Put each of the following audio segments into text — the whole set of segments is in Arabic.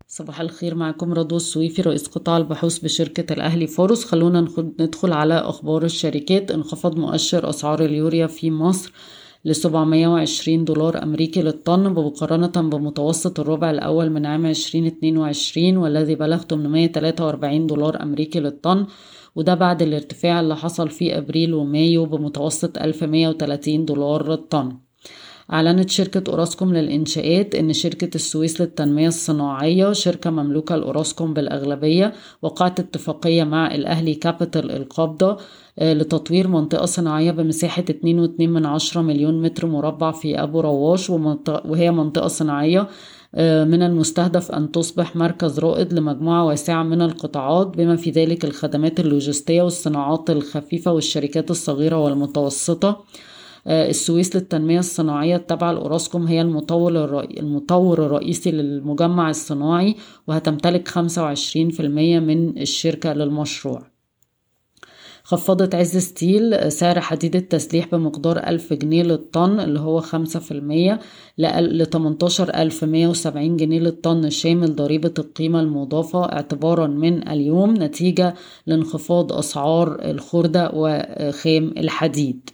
صباح الخير، معكم رضوى السويفي رئيس قطاع البحوث بشركة الأهلي فورس. خلونا ندخل على أخبار الشركات. انخفض مؤشر أسعار اليوريا في مصر ل $720 أمريكي للطن مقارنة بمتوسط الربع الأول من عام 2022 والذي بلغ $843 أمريكي للطن، وده بعد الارتفاع اللي حصل في أبريل ومايو بمتوسط $1130 للطن. أعلنت شركة أوراسكوم للإنشاءات إن شركة السويس للتنمية الصناعية، شركة مملوكة لأوراسكوم بالأغلبية، وقعت اتفاقية مع الأهلي كابيتال القابضة لتطوير منطقة صناعية بمساحة 2.2 مليون متر مربع في أبو رواش، وهي منطقة صناعية من المستهدف أن تصبح مركز رائد لمجموعة واسعة من القطاعات، بما في ذلك الخدمات اللوجستية والصناعات الخفيفة والشركات الصغيرة والمتوسطة. السويس للتنمية الصناعية التابعة لأوراسكوم هي المطور الرئيسي للمجمع الصناعي، وهتمتلك 25% من الشركة للمشروع. خفضت عز ستيل سعر حديد التسليح بمقدار 1000 جنيه للطن اللي هو 5% ل 18,170 جنيه للطن شامل ضريبة القيمة المضافة اعتبارا من اليوم، نتيجة لانخفاض أسعار الخردة وخام الحديد.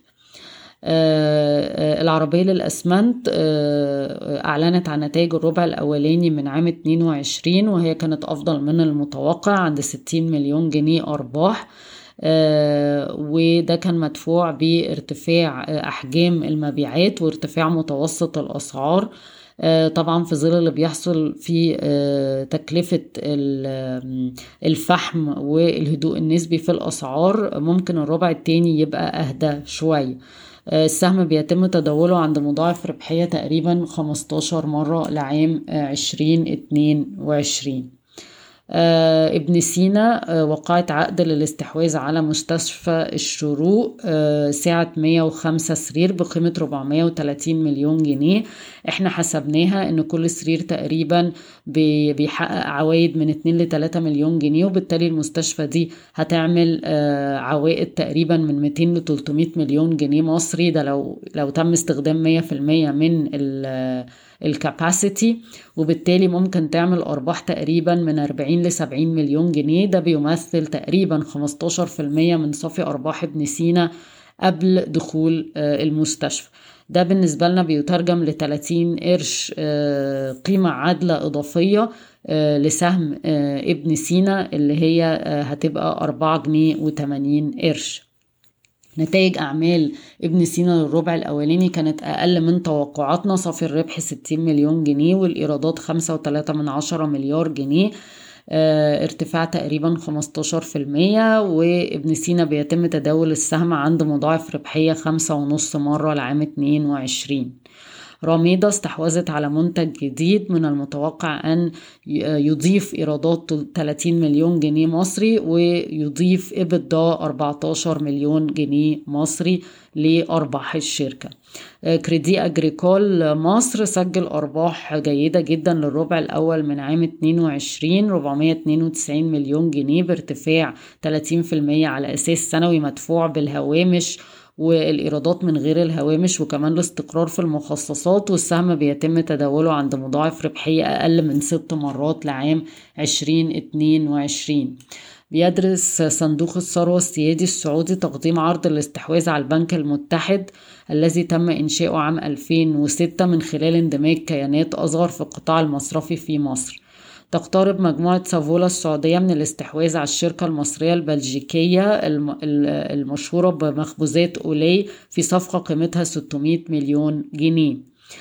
العربية للأسمنت أعلنت عن نتائج الربع الأولاني من عام 22، وهي كانت أفضل من المتوقع عند 60 مليون جنيه أرباح، وده كان مدفوع بارتفاع أحجام المبيعات وارتفاع متوسط الأسعار. طبعا في ظل اللي بيحصل في تكلفة الفحم والهدوء النسبي في الأسعار، ممكن الربع التاني يبقى أهدى شوية. السهم بيتم تداوله عند مضاعف ربحية تقريبا 15 مرة لعام 2022. ابن سينا وقعت عقد للاستحواذ على مستشفى الشروق سعة 105 سرير بقيمة 430 مليون جنيه. احنا حسبناها ان كل سرير تقريبا بيحقق عوائد من 2 ل 3 مليون جنيه، وبالتالي المستشفى دي هتعمل عوائد تقريبا من 200 ل 300 مليون جنيه مصري، ده لو تم استخدام 100% من الكاباسيتي، وبالتالي ممكن تعمل أرباح تقريبا من 40 ل 70 مليون جنيه. ده بيمثل تقريبا 15% من صافي أرباح ابن سينا قبل دخول المستشفى. ده بالنسبة لنا بيترجم ل 30 قرش قيمة عادلة إضافية لسهم ابن سينا، اللي هي هتبقى 4 جنيه و80 قرش. نتائج أعمال ابن سينا للربع الأولاني كانت أقل من توقعاتنا، صافي الربح 60 مليون جنيه والإيرادات 5.3 مليار جنيه، ارتفاع تقريبا 15%، وابن سينا بيتم تداول السهم عند مضاعف ربحية 5.5 مرة لعام 22. راميدا استحوذت على منتج جديد من المتوقع أن يضيف إيرادات 30 مليون جنيه مصري ويضيف إبدا 14 مليون جنيه مصري لأرباح الشركة. كريدي أجريكول مصر سجل أرباح جيدة جدا للربع الأول من عام 22 492 مليون جنيه بارتفاع 30% على أساس سنوي مدفوع بالهوامش والإيرادات من غير الهوامش، وكمان الاستقرار في المخصصات، والسهم بيتم تداوله عند مضاعف ربحية أقل من 6 مرات لعام 2022. بيدرس صندوق الثروة السيادي السعودي تقديم عرض الاستحواذ على البنك المتحد الذي تم إنشاؤه عام 2006 من خلال اندماج كيانات أصغر في القطاع المصرفي في مصر. تقترب مجموعة سافولا السعودية من الاستحواذ على الشركة المصرية البلجيكية المشهورة بمخبوزات أولي في صفقة قيمتها 600 مليون جنيه.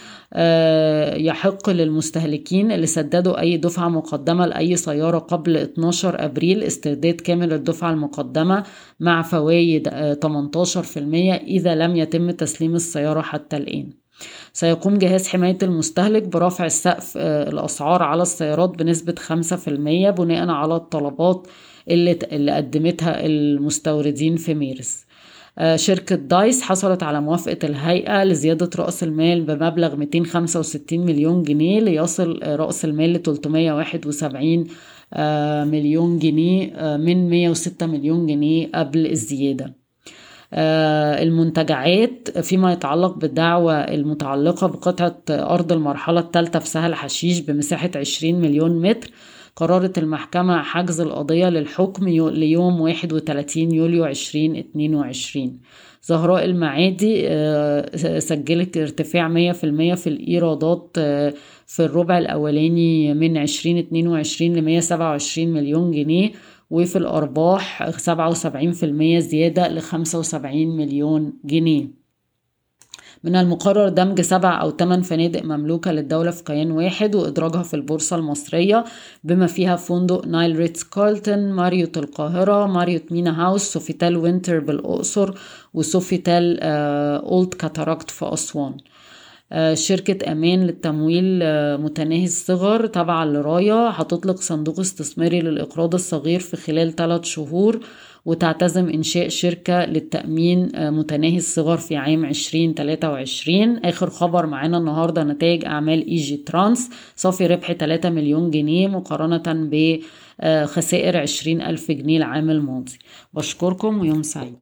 يحق للمستهلكين اللي سددوا أي دفعة مقدمة لأي سيارة قبل 12 أبريل استرداد كامل الدفعة المقدمة مع فوائد 18% إذا لم يتم تسليم السيارة حتى الآن. سيقوم جهاز حماية المستهلك برفع السقف الأسعار على السيارات بنسبة 5% بناء على الطلبات اللي قدمتها المستوردين في مارس. شركة دايس حصلت على موافقة الهيئة لزيادة رأس المال بمبلغ 265 مليون جنيه ليصل رأس المال ل 371 مليون جنيه من 106 مليون جنيه قبل الزيادة. المنتجعات فيما يتعلق بالدعوة المتعلقة بقطعة أرض المرحلة الثالثة في سهل حشيش بمساحة 20 مليون متر. قررت المحكمة حجز القضية للحكم ليوم 31 يوليو 2022. زهراء المعادي سجلت ارتفاع 100% في الإيرادات في الربع الأولاني من 2022 ل 127 مليون جنيه، وفي الأرباح 77% زيادة ل 75 مليون جنيه. من المقرر دمج 7 أو 8 فنادق مملوكة للدولة في كيان واحد وإدراجها في البورصة المصرية، بما فيها فندق نايل ريتز كارلتون، ماريوت القاهرة، ماريوت مينا هاوس، سوفيتال وينتر بالأقصر، وسوفيتال أولد كاتاراكت في أسوان. شركة أمان للتمويل متناهي الصغر تابعة لرايا هتطلق صندوق استثماري للإقراض الصغير في خلال 3 شهور، وتعتزم إنشاء شركة للتأمين متناهي الصغر في عام 2023. آخر خبر معانا النهاردة نتائج أعمال إيجي ترانس، صافي ربح 3 مليون جنيه مقارنة بخسائر 20,000 جنيه العام الماضي. بشكركم ويوم سعيد.